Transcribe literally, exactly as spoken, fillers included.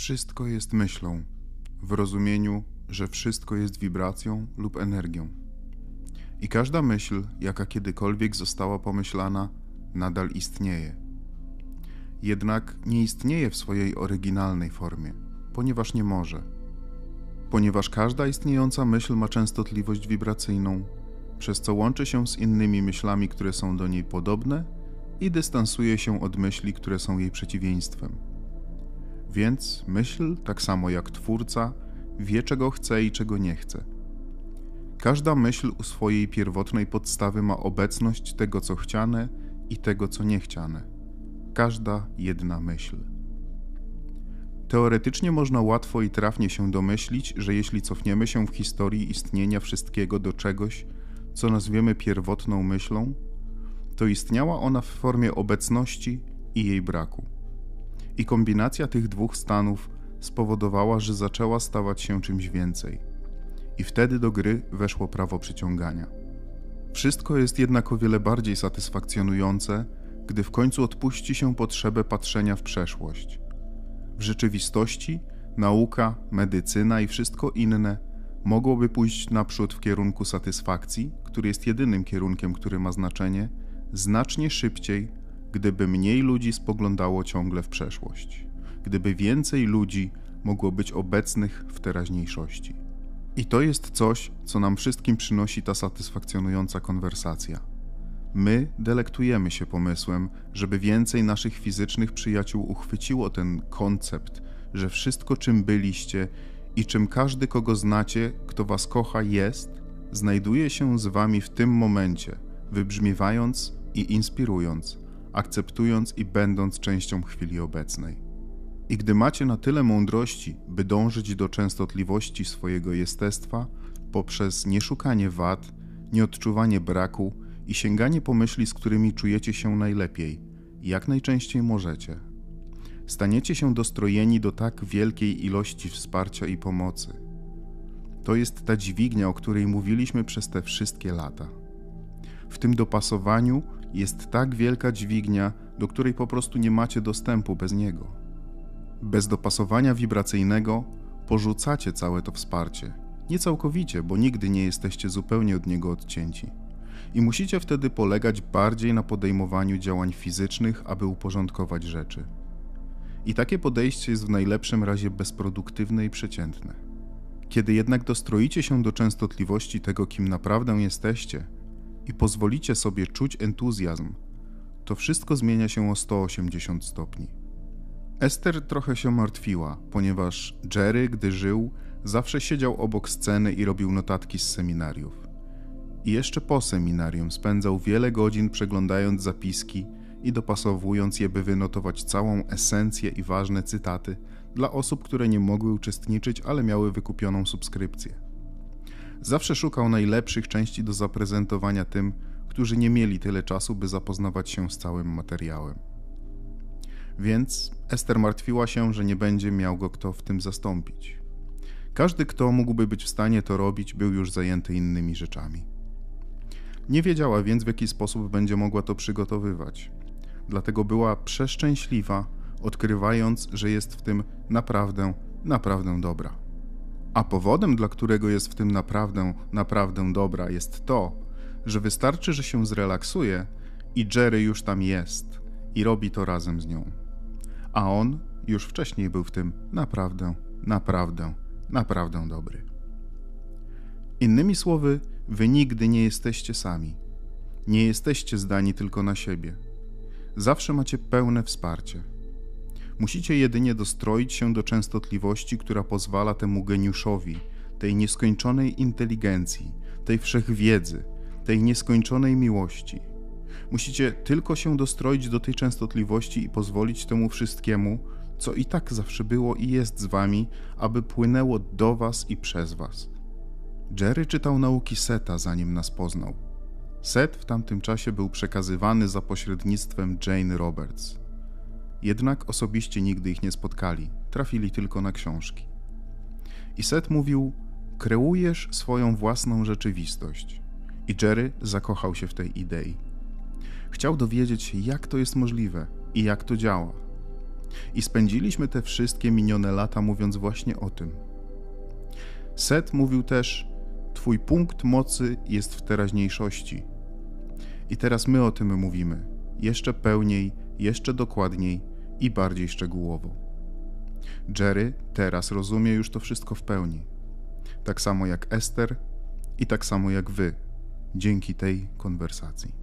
Wszystko jest myślą, w rozumieniu, że wszystko jest wibracją lub energią. I każda myśl, jaka kiedykolwiek została pomyślana, nadal istnieje. Jednak nie istnieje w swojej oryginalnej formie, ponieważ nie może. Ponieważ każda istniejąca myśl ma częstotliwość wibracyjną, przez co łączy się z innymi myślami, które są do niej podobne i dystansuje się od myśli, które są jej przeciwieństwem. Więc myśl, tak samo jak twórca, wie, czego chce i czego nie chce. Każda myśl u swojej pierwotnej podstawy ma obecność tego, co chciane i tego, co niechciane. Każda jedna myśl. Teoretycznie można łatwo i trafnie się domyślić, że jeśli cofniemy się w historii istnienia wszystkiego do czegoś, co nazwiemy pierwotną myślą, to istniała ona w formie obecności i jej braku. I kombinacja tych dwóch stanów spowodowała, że zaczęła stawać się czymś więcej. I wtedy do gry weszło prawo przyciągania. Wszystko jest jednak o wiele bardziej satysfakcjonujące, gdy w końcu odpuści się potrzebę patrzenia w przeszłość. W rzeczywistości nauka, medycyna i wszystko inne mogłoby pójść naprzód w kierunku satysfakcji, który jest jedynym kierunkiem, który ma znaczenie, znacznie szybciej, gdyby mniej ludzi spoglądało ciągle w przeszłość, gdyby więcej ludzi mogło być obecnych w teraźniejszości. I to jest coś, co nam wszystkim przynosi ta satysfakcjonująca konwersacja. My delektujemy się pomysłem, żeby więcej naszych fizycznych przyjaciół uchwyciło ten koncept, że wszystko, czym byliście i czym każdy, kogo znacie, kto was kocha, jest, znajduje się z wami w tym momencie, wybrzmiewając i inspirując, akceptując i będąc częścią chwili obecnej. I gdy macie na tyle mądrości, by dążyć do częstotliwości swojego jestestwa poprzez nieszukanie wad, nieodczuwanie braku i sięganie po myśli, z którymi czujecie się najlepiej, jak najczęściej możecie, staniecie się dostrojeni do tak wielkiej ilości wsparcia i pomocy. To jest ta dźwignia, o której mówiliśmy przez te wszystkie lata. W tym dopasowaniu jest tak wielka dźwignia, do której po prostu nie macie dostępu bez niego. Bez dopasowania wibracyjnego porzucacie całe to wsparcie. Nie całkowicie, bo nigdy nie jesteście zupełnie od niego odcięci. I musicie wtedy polegać bardziej na podejmowaniu działań fizycznych, aby uporządkować rzeczy. I takie podejście jest w najlepszym razie bezproduktywne i przeciętne. Kiedy jednak dostroicie się do częstotliwości tego, kim naprawdę jesteście i pozwolicie sobie czuć entuzjazm, to wszystko zmienia się o sto osiemdziesiąt stopni. Ester trochę się martwiła, ponieważ Jerry, gdy żył, zawsze siedział obok sceny i robił notatki z seminariów. I jeszcze po seminarium spędzał wiele godzin przeglądając zapiski i dopasowując je, by wynotować całą esencję i ważne cytaty dla osób, które nie mogły uczestniczyć, ale miały wykupioną subskrypcję. Zawsze szukał najlepszych części do zaprezentowania tym, którzy nie mieli tyle czasu, by zapoznawać się z całym materiałem. Więc Ester martwiła się, że nie będzie miał go kto w tym zastąpić. Każdy, kto mógłby być w stanie to robić, był już zajęty innymi rzeczami. Nie wiedziała więc, w jaki sposób będzie mogła to przygotowywać. Dlatego była przeszczęśliwa, odkrywając, że jest w tym naprawdę, naprawdę dobra. A powodem, dla którego jest w tym naprawdę, naprawdę dobra, jest to, że wystarczy, że się zrelaksuje i Jerry już tam jest i robi to razem z nią. A on już wcześniej był w tym naprawdę, naprawdę, naprawdę dobry. Innymi słowy, wy nigdy nie jesteście sami. Nie jesteście zdani tylko na siebie. Zawsze macie pełne wsparcie. Musicie jedynie dostroić się do częstotliwości, która pozwala temu geniuszowi, tej nieskończonej inteligencji, tej wszechwiedzy, tej nieskończonej miłości. Musicie tylko się dostroić do tej częstotliwości i pozwolić temu wszystkiemu, co i tak zawsze było i jest z wami, aby płynęło do was i przez was. Jerry czytał nauki Seta, zanim nas poznał. Set w tamtym czasie był przekazywany za pośrednictwem Jane Roberts. Jednak osobiście nigdy ich nie spotkali, trafili tylko na książki. I Set mówił: kreujesz swoją własną rzeczywistość. I Jerry zakochał się w tej idei. Chciał dowiedzieć się, jak to jest możliwe i jak to działa. I spędziliśmy te wszystkie minione lata mówiąc właśnie o tym. Set mówił też: Twój punkt mocy jest w teraźniejszości. I teraz my o tym mówimy, jeszcze pełniej, jeszcze dokładniej i bardziej szczegółowo. Jerry teraz rozumie już to wszystko w pełni. Tak samo jak Ester i tak samo jak wy, dzięki tej konwersacji.